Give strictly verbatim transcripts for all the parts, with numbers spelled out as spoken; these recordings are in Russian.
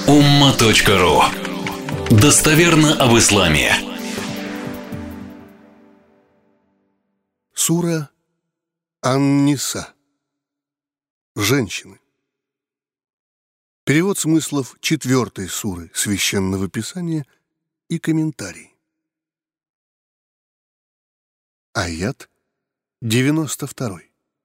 умма точка ру. Достоверно об исламе. Сура Ан-Ниса. Женщины. Перевод смыслов четвертой суры Священного Писания и комментарий. Аят девяносто два.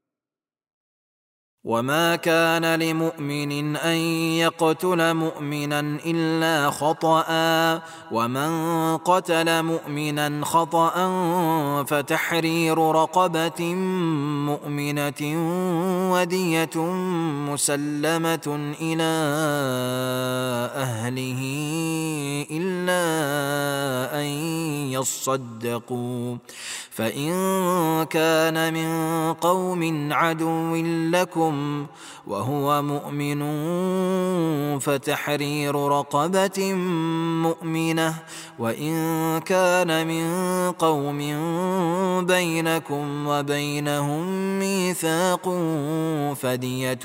وما كان لمؤمن أن يقتل مؤمنا إلا خطأ ومن قتل مؤمنا خطأ فتحرير رقبة مؤمنة ودية مسلمة إلى أهله إلا أن يصدقوا فإن كان من قوم عدو لكم وهو مؤمن فتحرير رقبة مؤمنة وإن كان من قوم بينكم وبينهم ميثاق فدية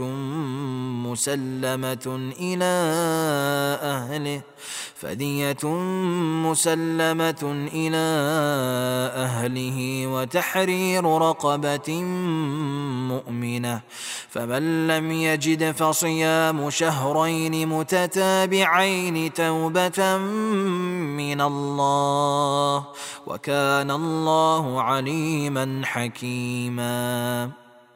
مسلمة إلى أهله فدية مسلمة إلى أهله وتحرير رقبة مؤمنة فمن لم يجد فصيام شهرين متتابعين توبة من الله وكان الله عليما حكيما.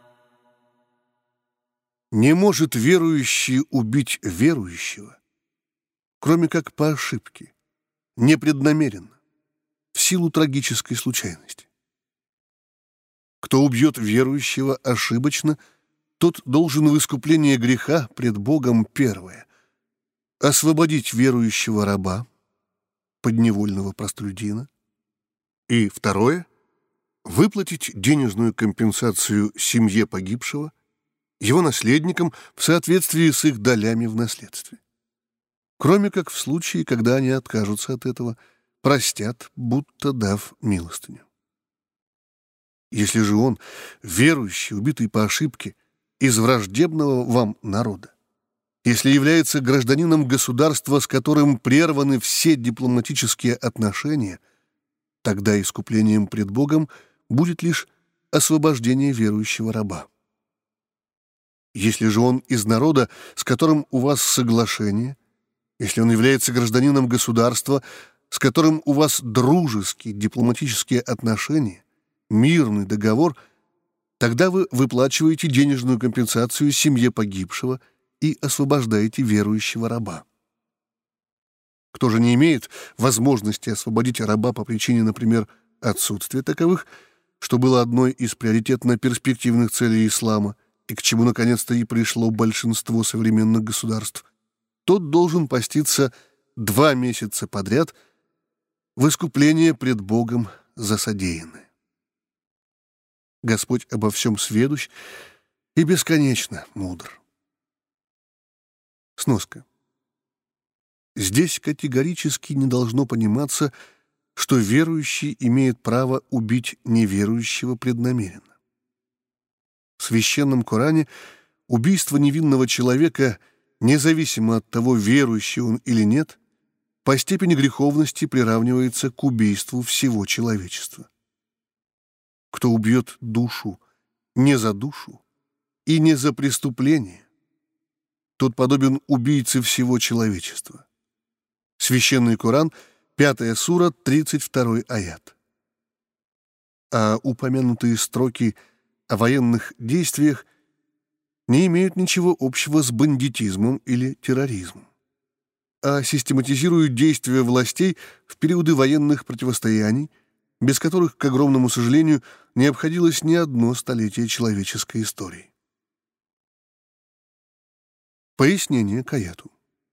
Не может верующий убить верующего, кроме как по ошибке, непреднамеренно, в силу трагической случайности. Кто убьет верующего ошибочно, тот должен в искупление греха пред Богом первое — освободить верующего раба, подневольного простолюдина, и второе — выплатить денежную компенсацию семье погибшего, его наследникам в соответствии с их долями в наследстве. Кроме как в случае, когда они откажутся от этого, простят, будто дав милостыню. Если же он, верующий, убитый по ошибке, из враждебного вам народа, если является гражданином государства, с которым прерваны все дипломатические отношения, тогда искуплением пред Богом будет лишь освобождение верующего раба. Если же он из народа, с которым у вас соглашение, если он является гражданином государства, с которым у вас дружеские дипломатические отношения, мирный договор, тогда вы выплачиваете денежную компенсацию семье погибшего и освобождаете верующего раба. Кто же не имеет возможности освободить раба по причине, например, отсутствия таковых, что было одной из приоритетно-перспективных целей ислама, и к чему наконец-то и пришло большинство современных государств, тот должен поститься два месяца подряд в искупление пред Богом за содеянное. Господь обо всем сведущ и бесконечно мудр. Сноска. Здесь категорически не должно пониматься, что верующий имеет право убить неверующего преднамеренно. В Священном Коране убийство невинного человека, независимо от того, верующий он или нет, по степени греховности приравнивается к убийству всего человечества. Кто убьет душу не за душу и не за преступление, тот подобен убийце всего человечества. Священный Коран, пятая сура, тридцать второй аят. А упомянутые строки о военных действиях не имеют ничего общего с бандитизмом или терроризмом, а систематизируют действия властей в периоды военных противостояний, без которых, к огромному сожалению, не обходилось ни одно столетие человеческой истории. Пояснение к аяту.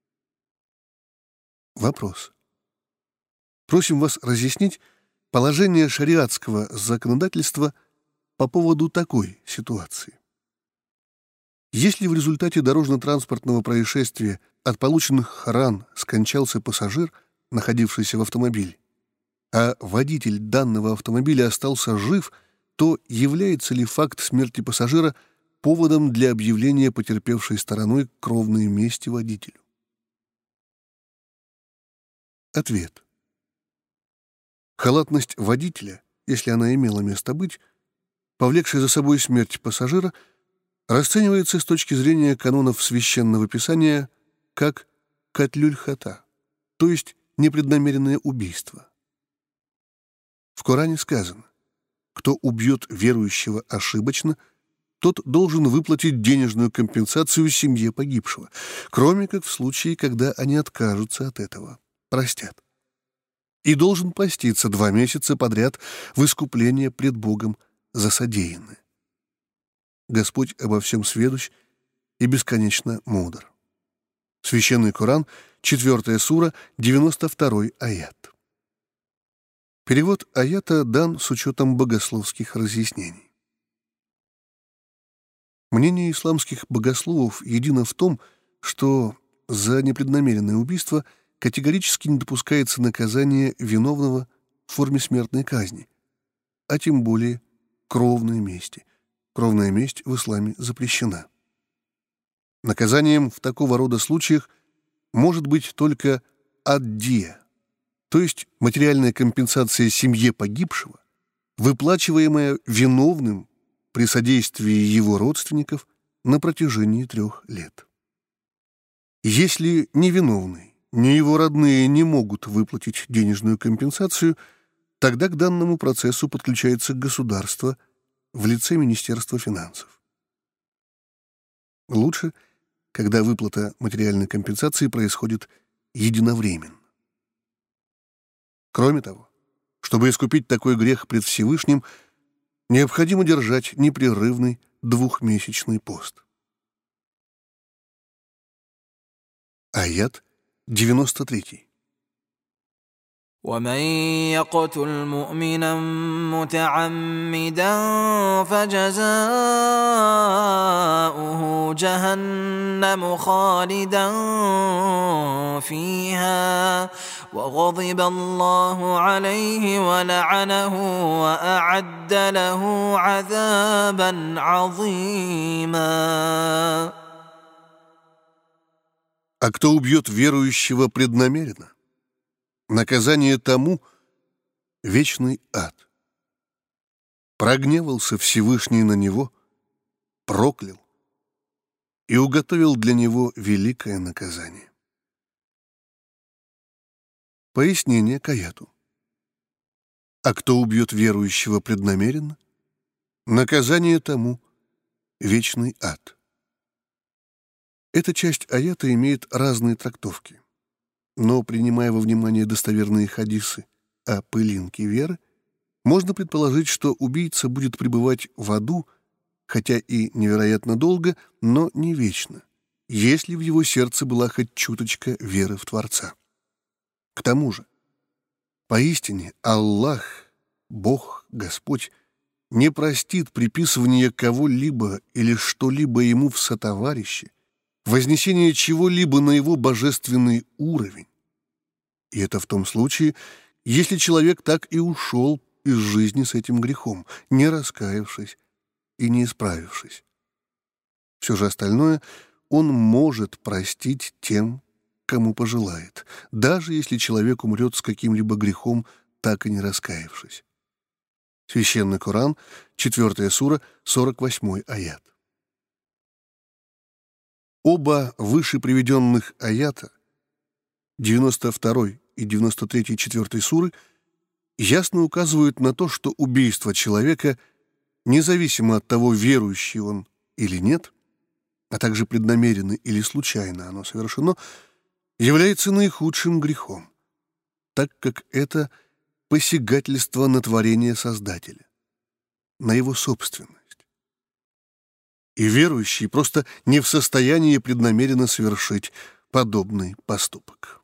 Вопрос. Просим вас разъяснить положение шариатского законодательства по поводу такой ситуации. Если в результате дорожно-транспортного происшествия от полученных ран скончался пассажир, находившийся в автомобиле, а водитель данного автомобиля остался жив, то является ли факт смерти пассажира поводом для объявления потерпевшей стороной кровной мести водителю? Ответ. Халатность водителя, если она имела место быть, повлекшая за собой смерть пассажира, расценивается с точки зрения канонов Священного Писания как катлюль-хата, то есть непреднамеренное убийство. В Коране сказано: кто убьет верующего ошибочно, тот должен выплатить денежную компенсацию семье погибшего, кроме как в случае, когда они откажутся от этого, простят. И должен поститься два месяца подряд в искупление пред Богом за содеянное. Господь обо всем сведущ и бесконечно мудр. Священный Коран, четвёртая сура, девяносто второй аят. Перевод аята дан с учетом богословских разъяснений. Мнение исламских богословов едино в том, что за непреднамеренное убийство категорически не допускается наказание виновного в форме смертной казни, а тем более кровной мести. Кровная месть в исламе запрещена. Наказанием в такого рода случаях может быть только ад-дия, то есть материальная компенсация семье погибшего, выплачиваемая виновным при содействии его родственников на протяжении трех лет. Если невиновный, ни его родные не могут выплатить денежную компенсацию, тогда к данному процессу подключается государство в лице Министерства финансов. Лучше, когда выплата материальной компенсации происходит единовременно. Кроме того, чтобы искупить такой грех пред Всевышним, необходимо держать непрерывный двухмесячный пост. Аят девяносто три. ومن يقتل مؤمنا متعمدا فجزاؤه جهنم خالدا فيها وغضب الله عليه ولعنه وأعد له عذابا عظيما. А кто убьет верующего преднамеренно, наказание тому — вечный ад. Прогневался Всевышний на него, проклял и уготовил для него великое наказание. Пояснение к аяту. А кто убьет верующего преднамеренно, наказание тому — вечный ад. Эта часть аята имеет разные трактовки. Но, принимая во внимание достоверные хадисы о пылинке веры, можно предположить, что убийца будет пребывать в аду, хотя и невероятно долго, но не вечно, если в его сердце была хоть чуточка веры в Творца. К тому же, поистине Аллах, Бог, Господь, не простит приписывания кого-либо или что-либо ему в сотоварищи, вознесение чего-либо на его божественный уровень. И это в том случае, если человек так и ушел из жизни с этим грехом, не раскаявшись и не исправившись. Все же остальное он может простить тем, кому пожелает, даже если человек умрет с каким-либо грехом, так и не раскаявшись. Священный Коран, четвёртая сура, сорок восьмой аят. Оба выше приведенных аята, девяносто второй и девяносто третий четвёртой суры, ясно указывают на то, что убийство человека, независимо от того, верующий он или нет, а также преднамеренно или случайно оно совершено, является наихудшим грехом, так как это посягательство на творение Создателя, на его собственность. И верующий просто не в состоянии преднамеренно совершить подобный поступок.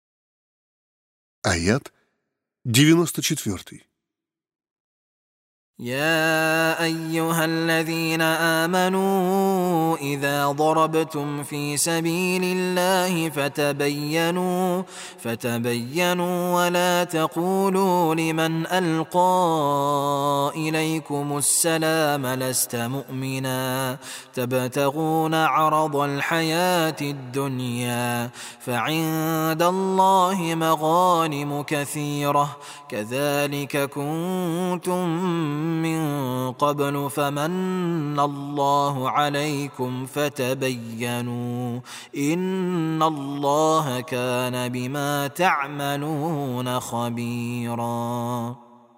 Аят девяносто четвёртый. يا أيها الذين آمنوا إذا ضربتم في سبيل الله فتبينوا فتبينوا ولا تقولوا لمن ألقى إليكم السلام لست مؤمنا تبتغون عرض الحياة الدنيا فعند الله مغانم كثيرة كذلك كنتم من قبل فمن الله عليكم فتبينوا إن الله كان بما تعملون خبيرا.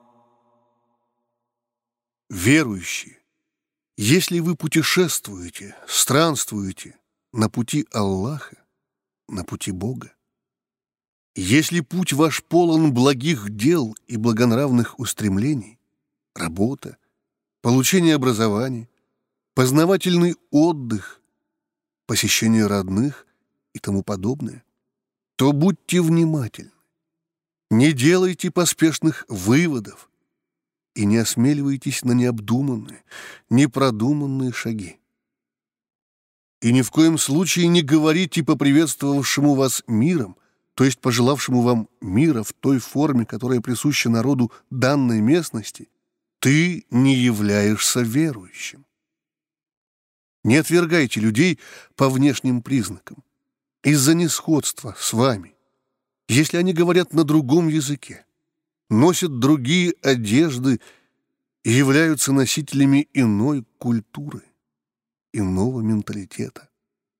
Верующие, если вы путешествуете, странствуете на пути Аллаха, на пути Бога, если путь ваш полон благих дел и благонравных устремлений, работа, получение образования, познавательный отдых, посещение родных и тому подобное, то будьте внимательны, не делайте поспешных выводов и не осмеливайтесь на необдуманные, непродуманные шаги. И ни в коем случае не говорите поприветствовавшему вас миром, то есть пожелавшему вам мира в той форме, которая присуща народу данной местности, ты не являешься верующим. Не отвергайте людей по внешним признакам, из-за несходства с вами, если они говорят на другом языке, носят другие одежды и являются носителями иной культуры, иного менталитета.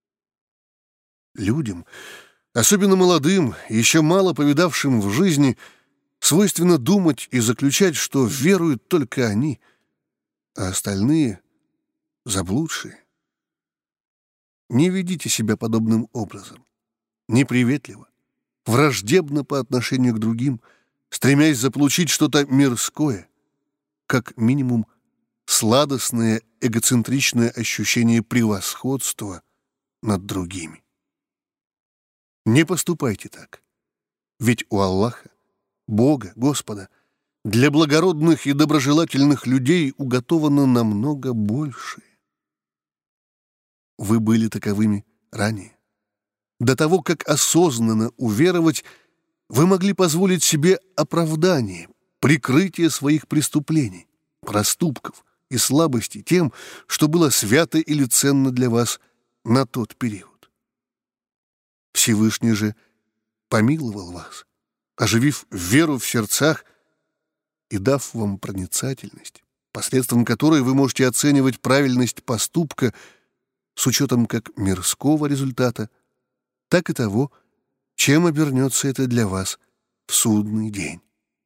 Людям, особенно молодым, еще мало повидавшим в жизни, свойственно думать и заключать, что веруют только они, а остальные — заблудшие. Не ведите себя подобным образом, неприветливо, враждебно по отношению к другим, стремясь заполучить что-то мирское, как минимум сладостное эгоцентричное ощущение превосходства над другими. Не поступайте так, ведь у Аллаха, Бога, Господа, для благородных и доброжелательных людей уготовано намного большее. Вы были таковыми ранее. До того, как осознанно уверовать, вы могли позволить себе оправдание, прикрытие своих преступлений, проступков и слабостей тем, что было свято или ценно для вас на тот период. Всевышний же помиловал вас, оживив веру в сердцах и дав вам проницательность, посредством которой вы можете оценивать правильность поступка с учетом как мирского результата, так и того, чем обернется это для вас в судный день.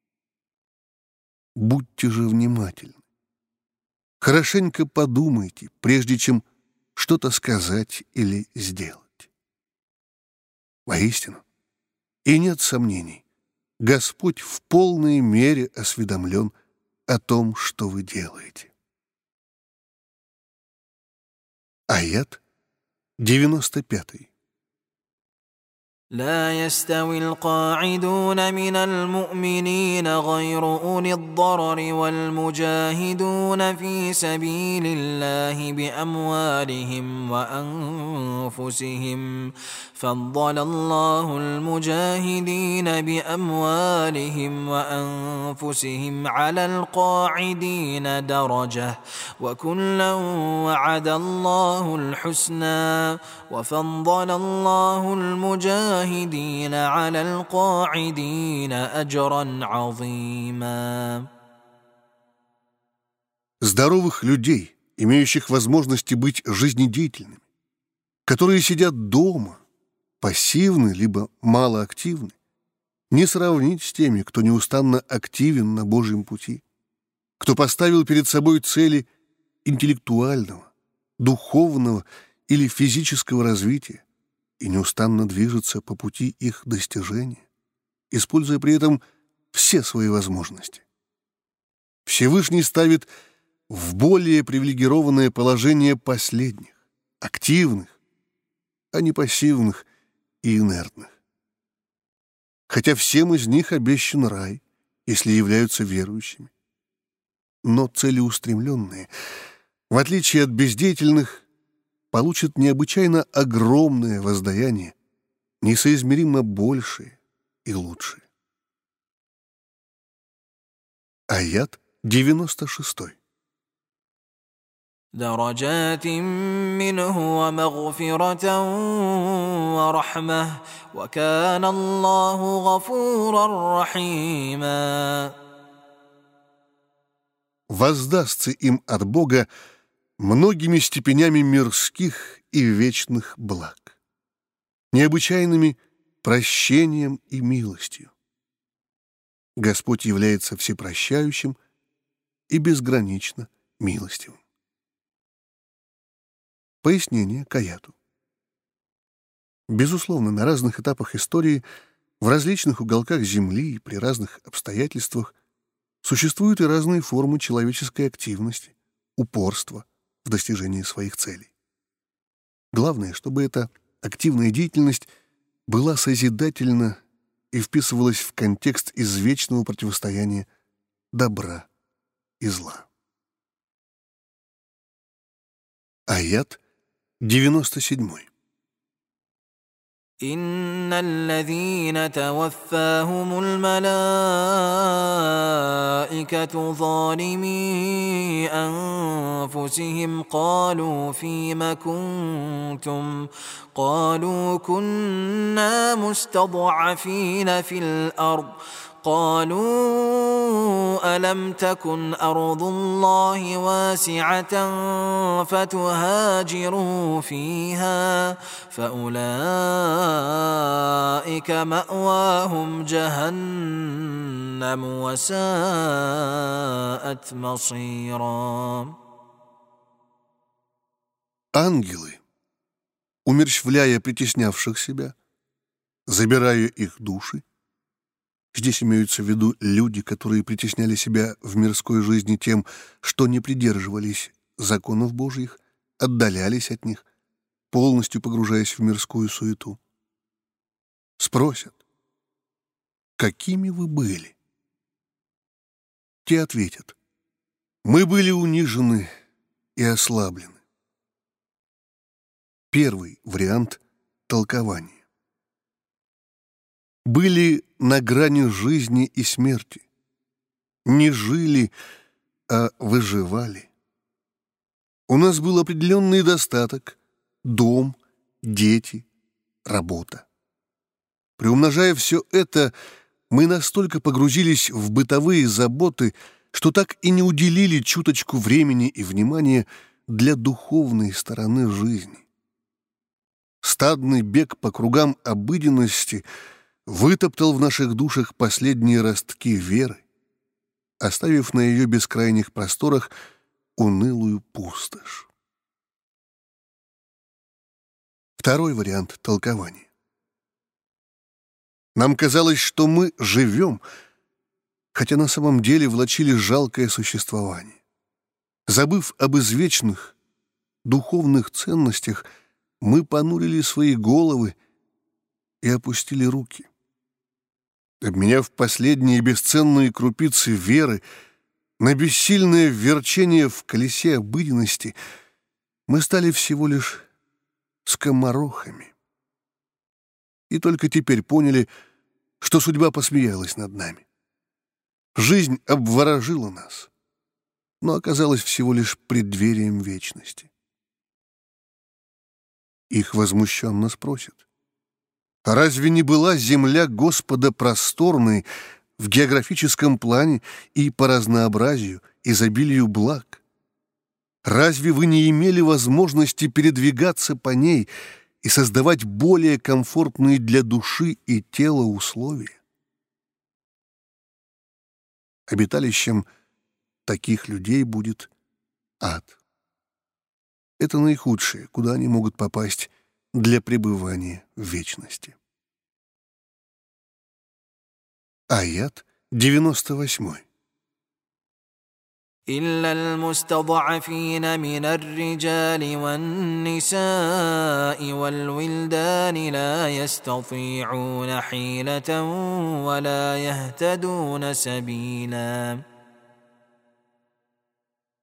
Будьте же внимательны. Хорошенько подумайте, прежде чем что-то сказать или сделать. Воистину, и нет сомнений, Господь в полной мере осведомлен о том, что вы делаете. Аят девяносто пятый. لا يستوي القاعدون من المؤمنين غير أولي الضرر والمجاهدون في سبيل الله بأموالهم وأنفسهم فضل الله المجاهدين بأموالهم وأنفسهم على القاعدين درجة وكلا وعد الله الحسنى وفضل الله المجاهدين المجاهدين على القاعدين أجرا عظيما. Здоровых людей, имеющих возможности быть жизнедеятельными, которые сидят дома, пассивны либо малоактивны, не сравнить с теми, кто неустанно активен на Божьем пути, кто поставил перед собой цели интеллектуального, духовного или физического развития, и неустанно движется по пути их достижения, используя при этом все свои возможности. Всевышний ставит в более привилегированное положение последних, активных, а не пассивных и инертных. Хотя всем из них обещан рай, если являются верующими. но целеустремленные, в отличие от бездеятельных, получат необычайно огромное воздаяние, несоизмеримо большее и лучшее. Аят девяносто шестой. درجات منه ومغفرة ورحمة وكان الله غفورا رحيما. Воздастся им от Бога многими степенями мирских и вечных благ, необычайными прощением и милостью. Господь является всепрощающим и безгранично милостивым. Пояснение к аяту. Безусловно, на разных этапах истории, в различных уголках Земли и при разных обстоятельствах существуют и разные формы человеческой активности, упорства в достижении своих целей. Главное, чтобы эта активная деятельность была созидательна и вписывалась в контекст извечного противостояния добра и зла. Аят девяносто седьмой. إن الذين توفاهم الملائكة ظالمي أنفسهم قالوا فيم كنتم قالوا كنا مستضعفين في الأرض قالوا ألم تكن أرض الله واسعة فتهاجروا فيها فأولئك مأواهم جهنم وساءت مصيرا. Ангелы, умерщвляя притеснявших себя, забирая их души, здесь имеются в виду люди, которые притесняли себя в мирской жизни тем, что не придерживались законов Божьих, отдалялись от них, полностью погружаясь в мирскую суету. Спросят: какими вы были? Те ответят: мы были унижены и ослаблены. Первый вариант толкования. Были на грани жизни и смерти. Не жили, а выживали. У нас был определенный достаток: дом, дети, работа. Приумножая все это, мы настолько погрузились в бытовые заботы, что так и не уделили чуточку времени и внимания для духовной стороны жизни. Стадный бег по кругам обыденности вытоптал в наших душах последние ростки веры, оставив на ее бескрайних просторах унылую пустошь. Второй вариант толкования. Нам казалось, что мы живем, хотя на самом деле влачили жалкое существование. Забыв об извечных духовных ценностях, мы понурили свои головы и опустили руки. Обменяв последние бесценные крупицы веры на бессильное верчение в колесе обыденности, мы стали всего лишь скоморохами. И только теперь поняли, что судьба посмеялась над нами. Жизнь обворожила нас, но оказалась всего лишь преддверием вечности. Их возмущенно спросят: а разве не была земля Господа просторной в географическом плане и по разнообразию, изобилию благ? Разве вы не имели возможности передвигаться по ней и создавать более комфортные для души и тела условия? Обиталищем таких людей будет ад. Это наихудшее, куда они могут попасть для пребывания в вечности. Аят девяносто восьмой. إلا المستضعفين من الرجال والنساء والولدان لا يستطيعون حيلة ولا يهتدون سبيلا.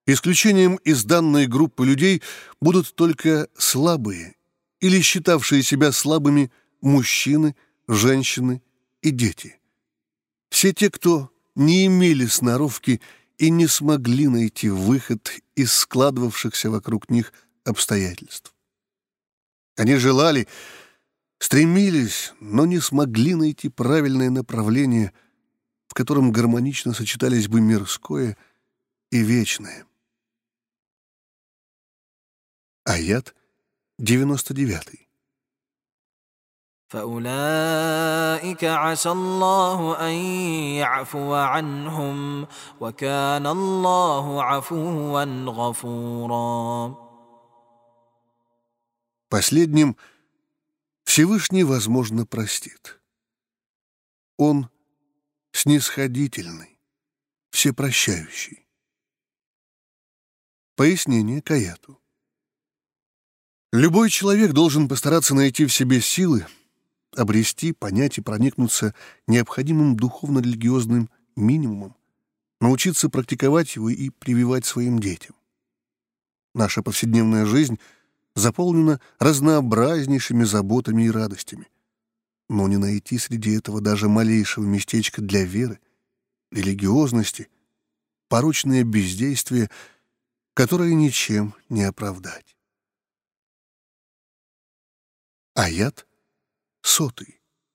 Исключением из данной группы людей будут только слабые или считавшие себя слабыми мужчины, женщины и дети. Все те, кто не имели сноровки и не смогли найти выход из складывавшихся вокруг них обстоятельств. Они желали, стремились, но не смогли найти правильное направление, в котором гармонично сочетались бы мирское и вечное. Аят девяносто девятый. فأولئك عسى الله أن يعفو عنهم وكان الله عفوا غفورا. Последним Всевышний, возможно, простит. Он снисходительный, всепрощающий. Пояснение к аяту. Любой человек должен постараться найти в себе силы, обрести, понять и проникнуться необходимым духовно-религиозным минимумом, научиться практиковать его и прививать своим детям. Наша повседневная жизнь заполнена разнообразнейшими заботами и радостями, но не найти среди этого даже малейшего местечка для веры, религиозности, порочное бездействие, которое ничем не оправдать. Аят сотый.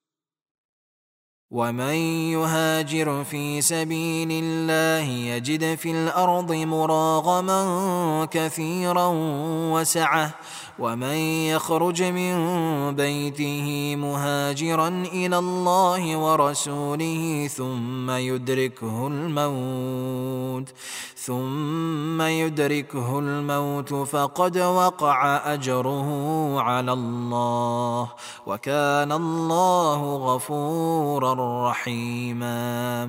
ومن يهاجر في سبيل الله يجد في الأرض مراغما كثيرا وسعة ومن يخرج من بيته مهاجرا إلى الله ورسوله ثم يدركه الموت ثم يدركه الموت فقد وقع أجره على الله وكان الله غفورا رحيما.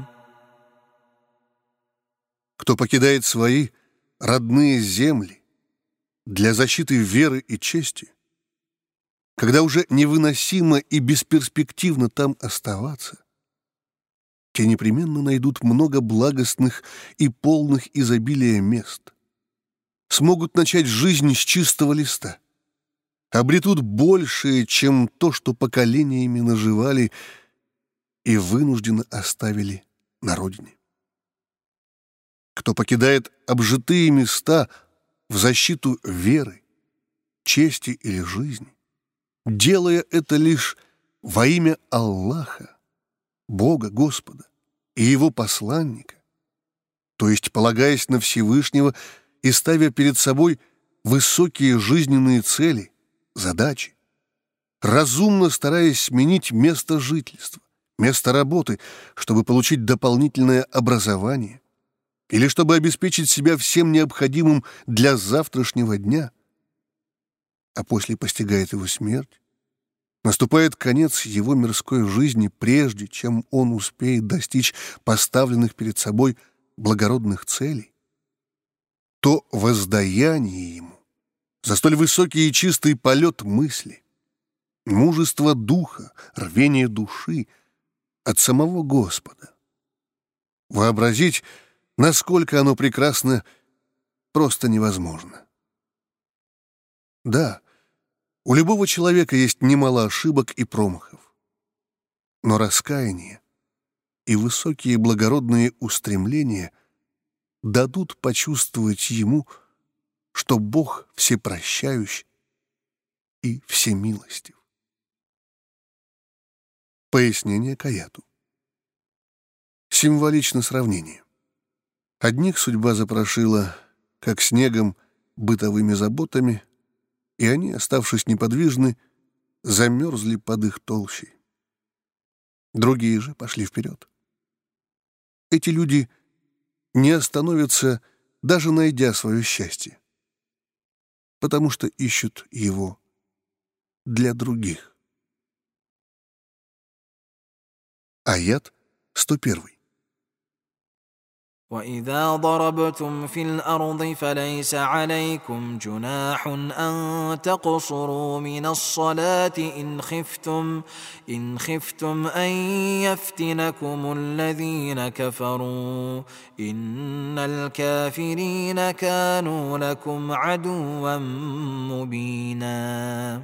Кто покидает свои родные земли для защиты веры и чести, когда уже невыносимо и бесперспективно там оставаться, те непременно найдут много благостных и полных изобилия мест, смогут начать жизнь с чистого листа, обретут большее, чем то, что поколениями наживали и вынужденно оставили на родине. Кто покидает обжитые места в защиту веры, чести или жизни, делая это лишь во имя Аллаха, Бога Господа и Его посланника, то есть полагаясь на Всевышнего и ставя перед собой высокие жизненные цели, задачи, разумно стараясь сменить место жительства, место работы, чтобы получить дополнительное образование или чтобы обеспечить себя всем необходимым для завтрашнего дня, а после постигает его смерть, наступает конец его мирской жизни, прежде чем он успеет достичь поставленных перед собой благородных целей, то воздаяние ему за столь высокий и чистый полет мысли, мужество духа, рвение души от самого Господа. Вообразить, насколько оно прекрасно, просто невозможно. Да, у любого человека есть немало ошибок и промахов, но раскаяние и высокие благородные устремления дадут почувствовать ему, что Бог всепрощающий и всемилостив. Пояснение к аяту. Символично сравнение. Одних судьба запорошила, как снегом, бытовыми заботами, и они, оставшись неподвижны, замерзли под их толщей. Другие же пошли вперед. Эти люди не остановятся, даже найдя свое счастье, потому что ищут его для других. Аят сто первый. وإذا ضربتم في الأرض فليس عليكم جناح أن تقصروا من الصلاة إن خفتم إن خفتم أن يفتنكم الذين كفروا إن الكافرين كانوا لكم عدوا مبينا.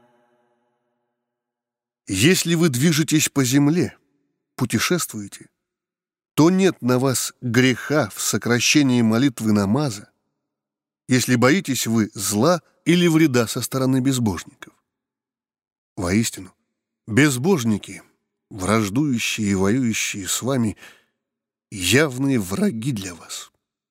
Если вы движетесь по земле, путешествуете, то нет на вас греха в сокращении молитвы намаза, если боитесь вы зла или вреда со стороны безбожников. Воистину, безбожники, враждующие и воюющие с вами, явные враги для вас.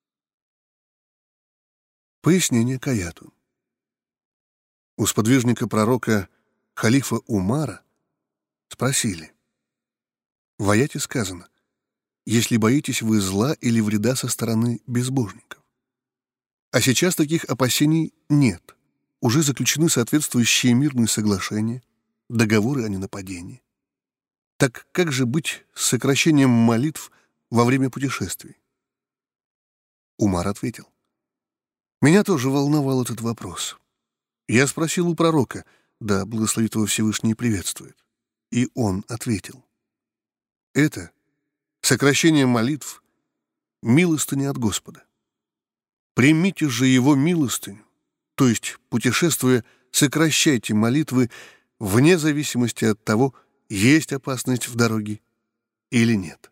Пояснение к аяту. У сподвижника пророка халифа Умара спросили. В аяте сказано: если боитесь вы зла или вреда со стороны безбожников. А сейчас таких опасений нет. Уже заключены соответствующие мирные соглашения, договоры о ненападении. Так как же быть с сокращением молитв во время путешествий? Умар ответил: меня тоже волновал этот вопрос. Я спросил у пророка, да благословит его Всевышний и приветствует. И он ответил: это сокращение молитв — милостыня от Господа. Примите же его милостыню, то есть, путешествуя, сокращайте молитвы вне зависимости от того, есть опасность в дороге или нет.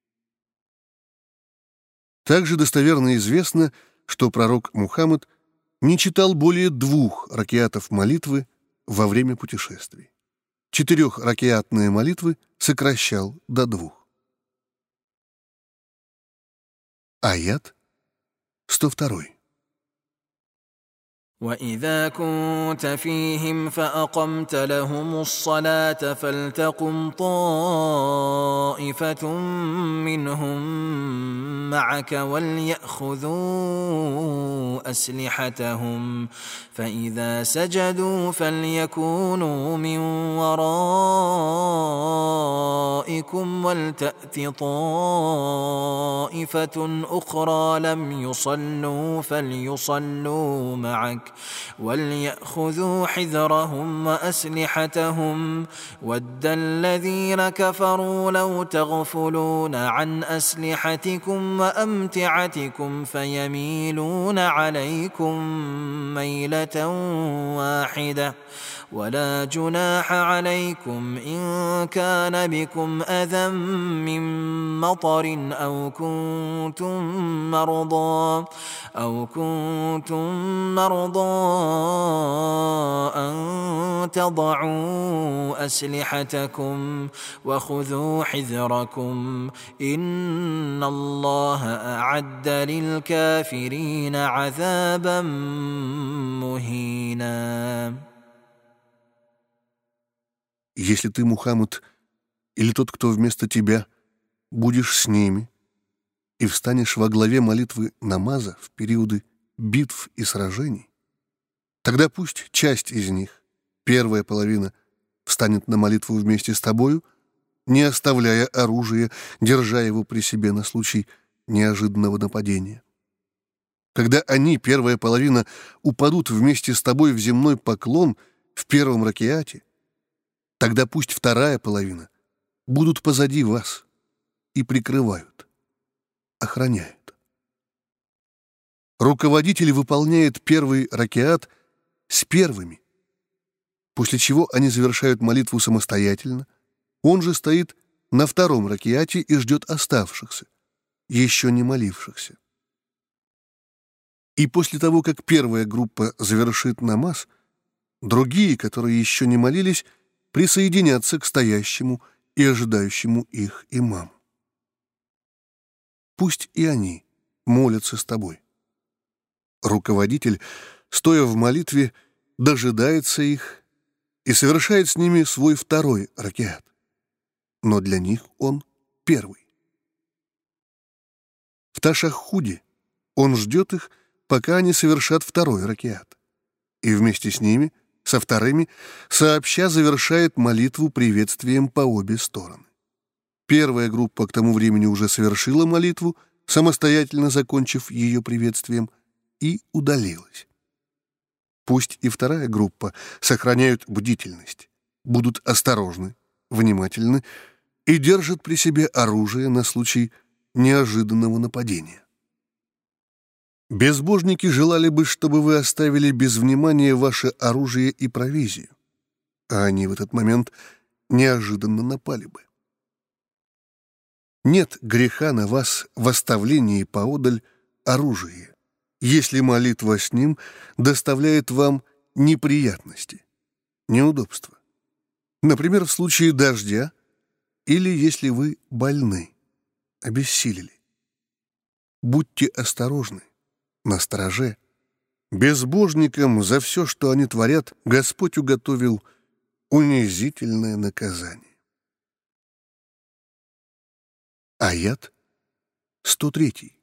Также достоверно известно, что пророк Мухаммад не читал более двух ракиатов молитвы во время путешествий. Четырехракиатные молитвы сокращал до двух. Аят сто два. وإذا كنت فيهم فأقمت لهم الصلاة فلتقم طائفة منهم معك وليأخذوا أسلحتهم فإذا سجدوا فليكونوا من ورائكم ولتأت طائفة أخرى لم يصلوا فليصلوا معك وليأخذوا حذرهم وأسلحتهم ود الذين كفروا لو تغفلون عن أسلحتكم وأمتعتكم فيميلون عليكم ميلة واحدة ولا جناح عليكم إن كان بكم أذى من مطر أو كنتم مرضى أو كنتم مرضى أن تضعوا أسلحتكم وخذوا حذركم إن الله أعد للكافرين عذابا مهينا. Если ты, Мухаммад, или тот, кто вместо тебя, будешь с ними и встанешь во главе молитвы намаза в периоды битв и сражений, тогда пусть часть из них, первая половина, встанет на молитву вместе с тобою, не оставляя оружие, держа его при себе на случай неожиданного нападения. Когда они, первая половина, упадут вместе с тобой в земной поклон в первом ракиате, тогда пусть вторая половина будут позади вас и прикрывают, охраняют. Руководитель выполняет первый ракиат с первыми, после чего они завершают молитву самостоятельно, он же стоит на втором ракиате и ждет оставшихся, еще не молившихся. И после того, как первая группа завершит намаз, другие, которые еще не молились, присоединятся к стоящему и ожидающему их имаму. Пусть и они молятся с тобой. Руководитель, стоя в молитве, дожидается их и совершает с ними свой второй ракиат, но для них он первый. В ташаххуде он ждет их, пока они совершат второй ракиат, и вместе с ними, со вторыми, сообща завершает молитву приветствием по обе стороны. Первая группа к тому времени уже совершила молитву, самостоятельно закончив ее приветствием, и удалилась. Пусть и вторая группа сохраняют бдительность, будут осторожны, внимательны и держат при себе оружие на случай неожиданного нападения. Безбожники желали бы, чтобы вы оставили без внимания ваше оружие и провизию, а они в этот момент неожиданно напали бы. Нет греха на вас в оставлении поодаль оружия, если молитва с ним доставляет вам неприятности, неудобства. Например, в случае дождя или если вы больны, обессилели. Будьте осторожны, настороже. Безбожникам за все, что они творят, Господь уготовил унизительное наказание. Аят сто три.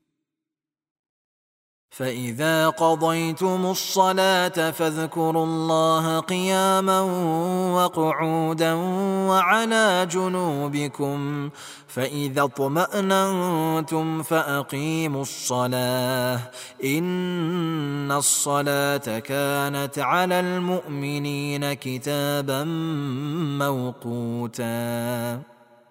فإذا قضيتم الصلاة فاذكروا الله قياما وقعودا وعلى جنوبكم فإذا اطمأننتم فأقيموا الصلاة إن الصلاة كانت على المؤمنين كتابا موقوتا.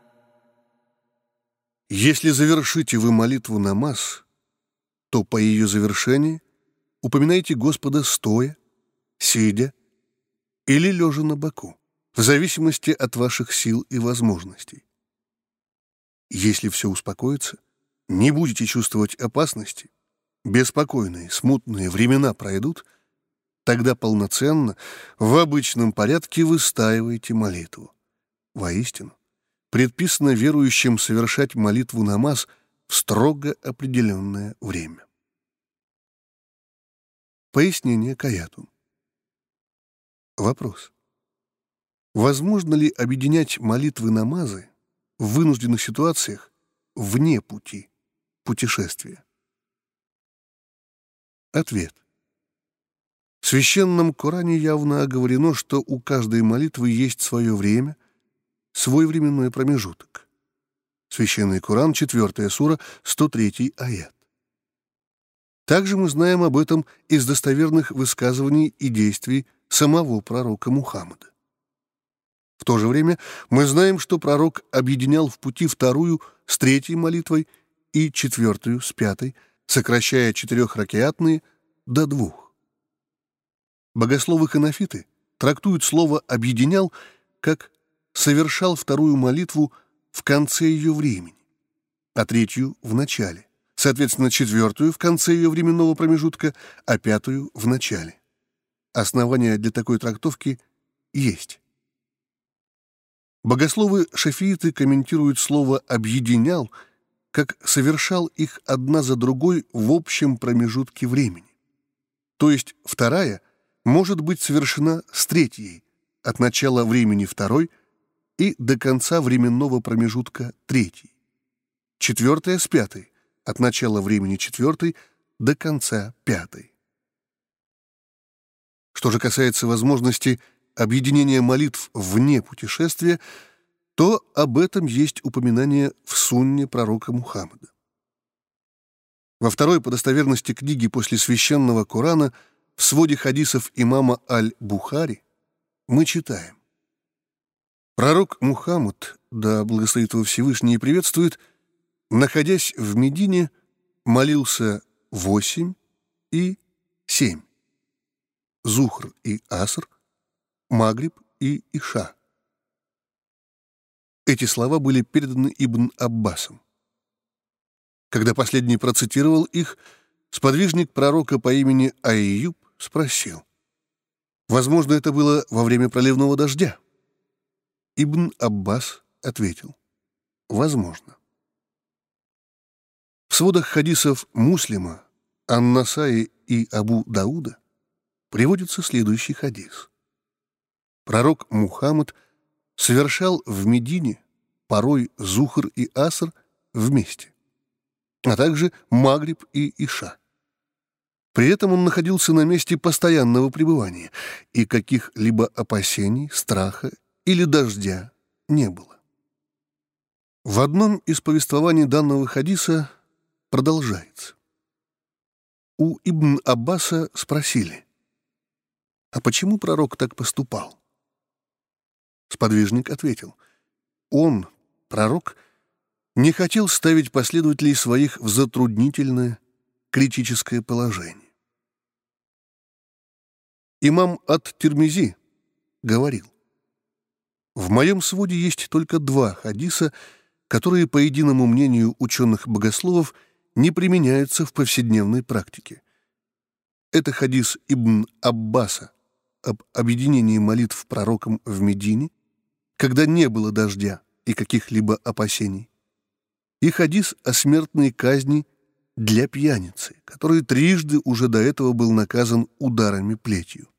Если завершите вы молитву намаз, то по ее завершении упоминайте Господа стоя, сидя или лежа на боку, в зависимости от ваших сил и возможностей. Если все успокоится, не будете чувствовать опасности, беспокойные, смутные времена пройдут, тогда полноценно, в обычном порядке выстаивайте молитву. Воистину, предписано верующим совершать молитву намаз в строго определенное время. Пояснение к аяту. Вопрос. Возможно ли объединять молитвы намазы в вынужденных ситуациях вне пути, путешествия? Ответ. В Священном Коране явно оговорено, что у каждой молитвы есть свое время, свой временной промежуток. Священный Коран, четвёртая сура, сто третий аят. Также мы знаем об этом из достоверных высказываний и действий самого пророка Мухаммада. В то же время мы знаем, что пророк объединял в пути вторую с третьей молитвой и четвертую с пятой, сокращая четырехракиатные до двух. Богословы-ханафиты трактуют слово «объединял» как «совершал вторую молитву в конце ее времени, а третью — в начале, соответственно, четвертую — в конце ее временного промежутка, а пятую — в начале». Основания для такой трактовки есть. Богословы-шафииты комментируют слово «объединял» как «совершал их одна за другой в общем промежутке времени». То есть вторая может быть совершена с третьей, от начала времени второй и до конца временного промежутка третьей. Четвертая с пятой, от начала времени четвертой до конца пятой. Что же касается возможности объединения молитв вне путешествия, то об этом есть упоминание в сунне пророка Мухаммада. Во второй по достоверности книге после Священного Корана в своде хадисов имама Аль-Бухари мы читаем: пророк Мухаммад, да благословит его Всевышний и приветствует, находясь в Медине, молился восемь и семь. Зухр и Аср, Магриб и Иша. Эти слова были переданы Ибн Аббасом. Когда последний процитировал их, сподвижник пророка по имени Айюб спросил: возможно, это было во время проливного дождя? Ибн Аббас ответил: возможно. В сводах хадисов Муслима, Ан-Насаи и Абу Дауда приводится следующий хадис. Пророк Мухаммад совершал в Медине порой Зухр и Аср вместе, а также Магриб и Иша. При этом он находился на месте постоянного пребывания, и каких-либо опасений, страха или дождя не было. В одном из повествований данного хадиса продолжается. У Ибн Аббаса спросили: а почему пророк так поступал? Сподвижник ответил: он, пророк, не хотел ставить последователей своих в затруднительное, критическое положение. Имам ат-Тирмизи говорил: в моем своде есть только два хадиса, которые, по единому мнению ученых-богословов, не применяются в повседневной практике. Это хадис Ибн Аббаса об объединении молитв пророком в Медине, когда не было дождя и каких-либо опасений, и хадис о смертной казни для пьяницы, который трижды уже до этого был наказан ударами плетью.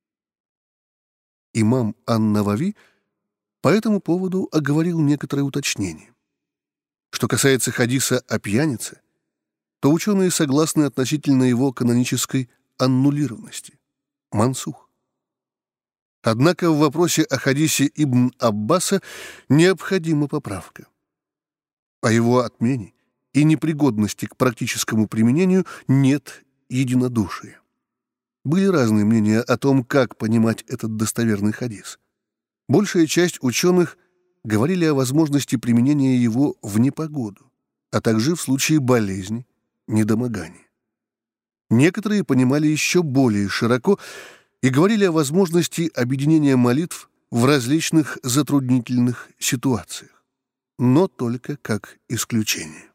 Имам ан-Навави по этому поводу оговорил некоторые уточнения. Что касается хадиса о пьянице, то ученые согласны относительно его канонической аннулированности — мансух. Однако в вопросе о хадисе Ибн Аббаса необходима поправка. О его отмене и непригодности к практическому применению нет единодушия. Были разные мнения о том, как понимать этот достоверный хадис. Большая часть ученых говорили о возможности применения его в непогоду, а также в случае болезни, недомогания. Некоторые понимали еще более широко и говорили о возможности объединения молитв в различных затруднительных ситуациях, но только как исключение.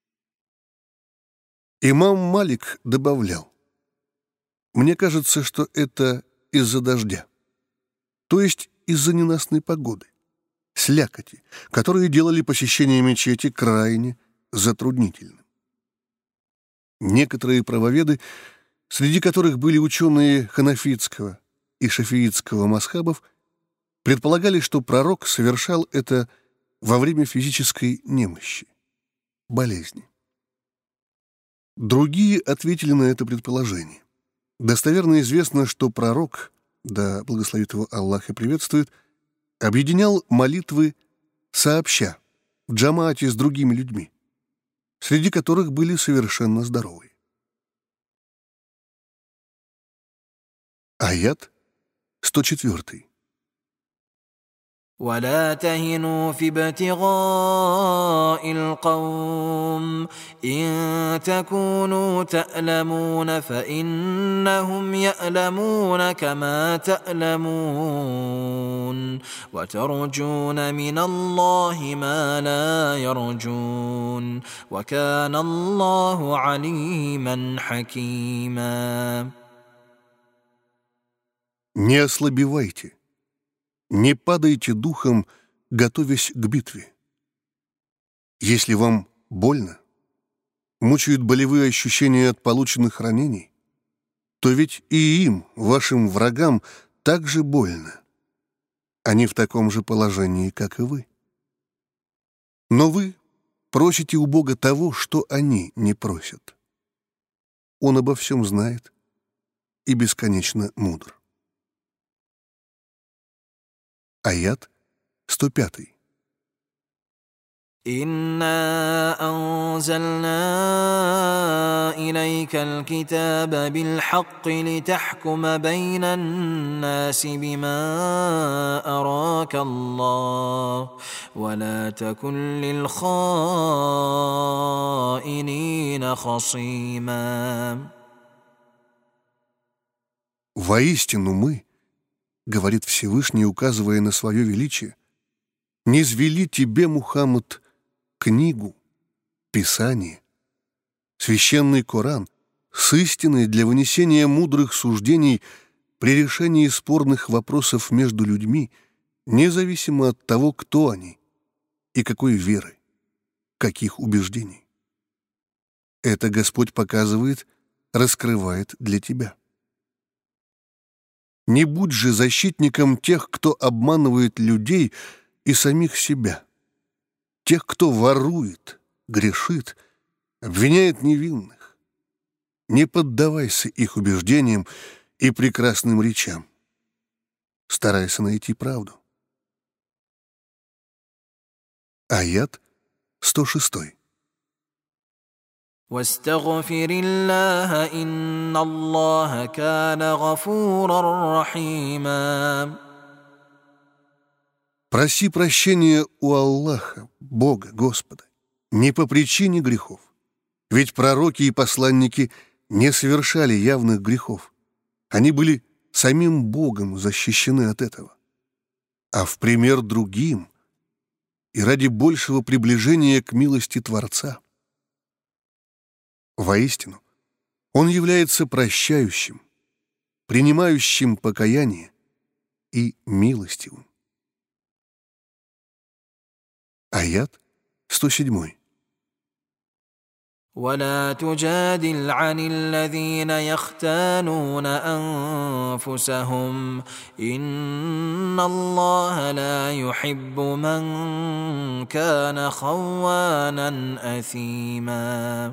Имам Малик добавлял: «Мне кажется, что это из-за дождя, то есть из-за ненастной погоды, слякоти, которые делали посещение мечети крайне затруднительным». Некоторые правоведы, среди которых были ученые ханафитского и шафиитского мазхабов, предполагали, что пророк совершал это во время физической немощи, болезни. Другие ответили на это предположение. Достоверно известно, что пророк, да благословит его Аллах и приветствует, объединял молитвы сообща, в джамаате с другими людьми, среди которых были совершенно здоровые. Аят сто четыре. ولا تهنوا في ابتغاء القوم إن تكونوا تألمون فإنهم يألمون كما تألمون وترجون من الله ما لا يرجون وكان الله عليما حكيما. Не ослабевайте, не падайте духом, готовясь к битве. Если вам больно, мучают болевые ощущения от полученных ранений, то ведь и им, вашим врагам, так же больно. Они в таком же положении, как и вы. Но вы просите у Бога того, что они не просят. Он обо всем знает и бесконечно мудр. Аят сто пять. إنا أنزلنا إليك الكتاب بالحق لتحكم بين الناس بما أراك الله ولا تكن للخائنين خصيما. Воистину мы, говорит Всевышний, указывая на свое величие, низвели тебе, Мухаммад, книгу, Писание, священный Коран с истиной для вынесения мудрых суждений при решении спорных вопросов между людьми, независимо от того, кто они и какой веры, каких убеждений. Это Господь показывает, раскрывает для тебя. Не будь же защитником тех, кто обманывает людей и самих себя, тех, кто ворует, грешит, обвиняет невинных. Не поддавайся их убеждениям и прекрасным речам. Старайся найти правду. Аят сто шесть. واستغفر الله إن الله كان غفورا رحيما. Проси прощения у Аллаха, Бога, Господа, не по причине грехов. Ведь пророки и посланники не совершали явных грехов. Они были самим Богом защищены от этого. А в пример другим и ради большего приближения к милости Творца. Воистину, Он является прощающим, принимающим покаяние и милостивым. Аят сто семь. ولا تجادل عن الذين يختانون أنفسهم إن الله لا يحب من كان خوانا أثيما.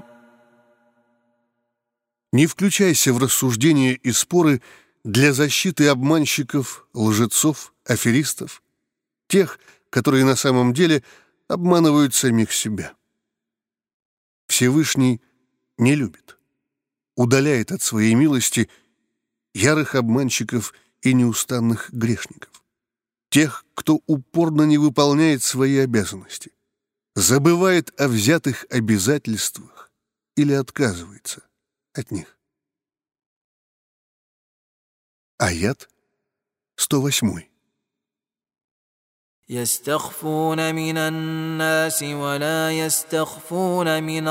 Не включайся в рассуждения и споры для защиты обманщиков, лжецов, аферистов, тех, которые на самом деле обманывают самих себя. Всевышний не любит, удаляет от своей милости ярых обманщиков и неустанных грешников, тех, кто упорно не выполняет свои обязанности, забывает о взятых обязательствах или отказывается от них. Аят сто восемь. يستخفون من الناس ولا يستخفون من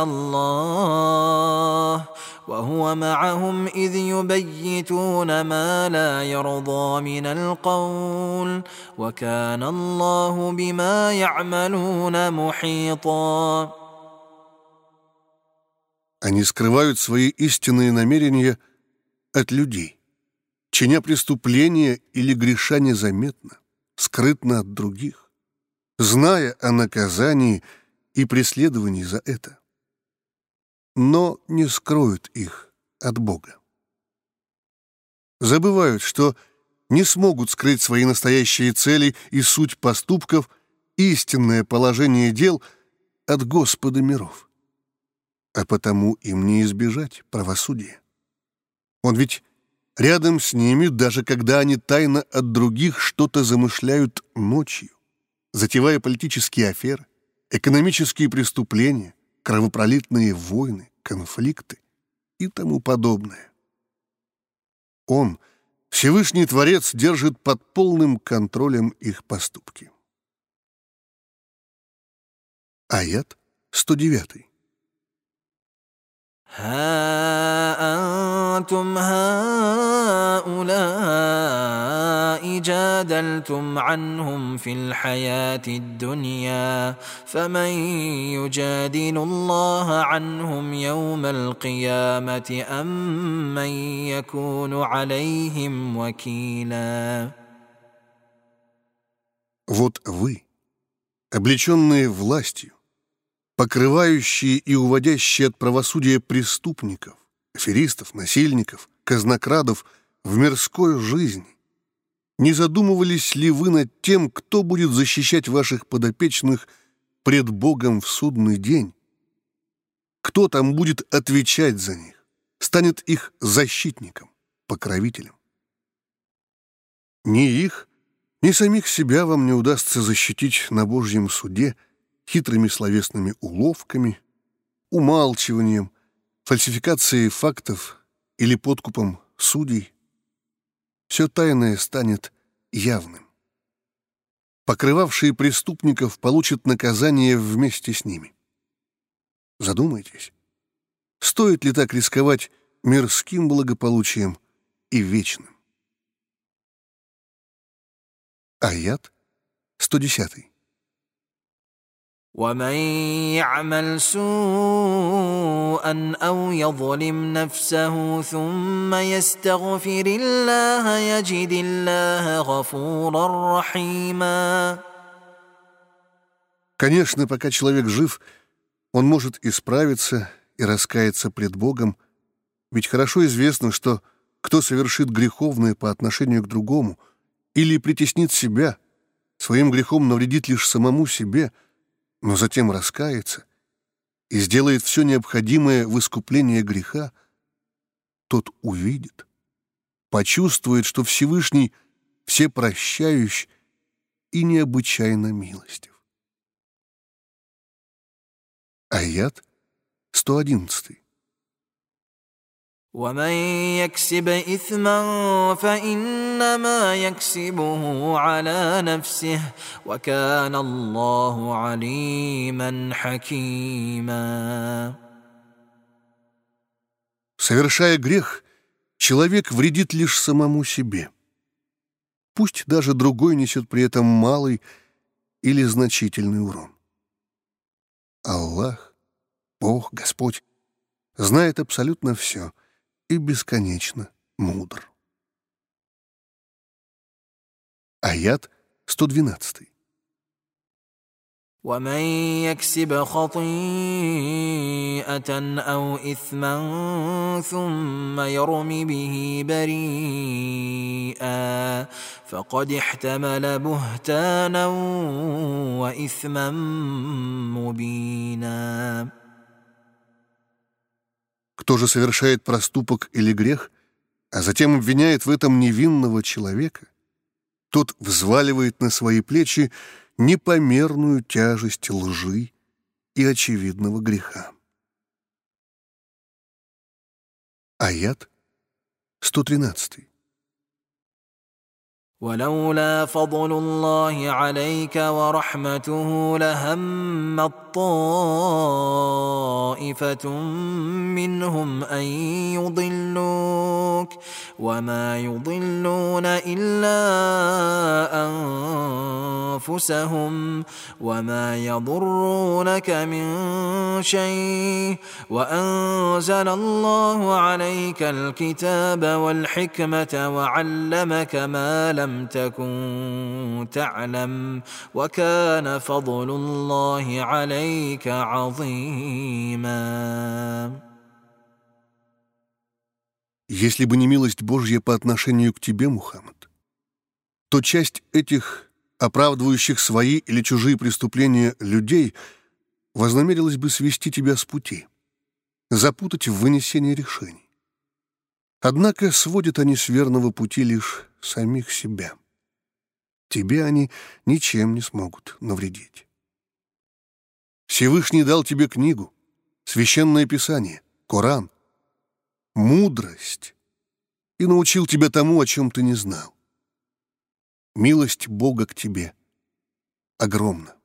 الله وهو معهم إذ يبيتون ما لا يرضى من القول وكان الله بما يعملون محيطا. Они скрывают свои истинные намерения от людей, чиня преступления или греша незаметно, скрытно от других, зная о наказании и преследовании за это, но не скроют их от Бога. Забывают, что не смогут скрыть свои настоящие цели и суть поступков, истинное положение дел от Господа миров, а потому им не избежать правосудия. Он ведь рядом с ними, даже когда они тайно от других что-то замышляют ночью, затевая политические аферы, экономические преступления, кровопролитные войны, конфликты и тому подобное. Он, Всевышний Творец, держит под полным контролем их поступки. Аят сто девять. ها أنتم هؤلاء جادلتم عنهم في الحياة الدنيا فمن يجادل الله عنهم يوم القيامة أم من يكون عليهم وكيلا. Вот вы, облеченные властью, покрывающие и уводящие от правосудия преступников, аферистов, насильников, казнокрадов в мирской жизни, не задумывались ли вы над тем, кто будет защищать ваших подопечных пред Богом в судный день? Кто там будет отвечать за них, станет их защитником, покровителем? Ни их, ни самих себя вам не удастся защитить на Божьем суде хитрыми словесными уловками, умалчиванием, фальсификацией фактов или подкупом судей. Все тайное станет явным. Покрывавшие преступников получат наказание вместе с ними. Задумайтесь, стоит ли так рисковать мирским благополучием и вечным? Аят сто десять. ومن يعمل سوءا أو يظلم نفسه ثم يستغفر الله يجد الله غفورا رحيما. Конечно, пока человек жив, он может исправиться и раскаяться пред Богом, ведь хорошо известно, что кто совершит греховное по отношению к другому или притеснит себя, своим грехом навредит лишь самому себе, но затем раскается и сделает все необходимое в искупление греха, тот увидит, почувствует, что Всевышний всепрощающий и необычайно милостив. Аят сто одиннадцатый. ومن يكسب إثما فإنما يكسبه على نفسه وكان الله عليما حكيما. Совершая грех, человек вредит лишь самому себе. Пусть даже другой несет при этом малый или значительный урон. Аллах, Бог, Господь, знает абсолютно все и бесконечно мудр. Аят сто двенадцатый. ومن يكسب خطيئة أو إثما ثم يرم به بريئا فقد احتمل بهتانا وإثما مبينا. Кто же совершает проступок или грех, а затем обвиняет в этом невинного человека, тот взваливает на свои плечи непомерную тяжесть лжи и очевидного греха. Аят сто тринадцатый. ولولا فضل الله عليك ورحمته لهم طائفة منهم أن يضلوك وما يضلون إلا أنفسهم وما يضرونك من شيء وأنزل الله عليك الكتاب والحكمة وعلمك ما لم تكن تعلم وكان فضل الله عليك عظيما. Если бы не милость Божья по отношению к тебе, Мухаммад, то часть этих оправдывающих свои или чужие преступления людей вознамерилась бы свести тебя с пути, запутать в вынесении решений. Однако сводят они с верного пути лишь самих себя. Тебе они ничем не смогут навредить. Всевышний дал тебе книгу, священное писание, Коран, мудрость и научил тебя тому, о чем ты не знал. Милость Бога к тебе огромна.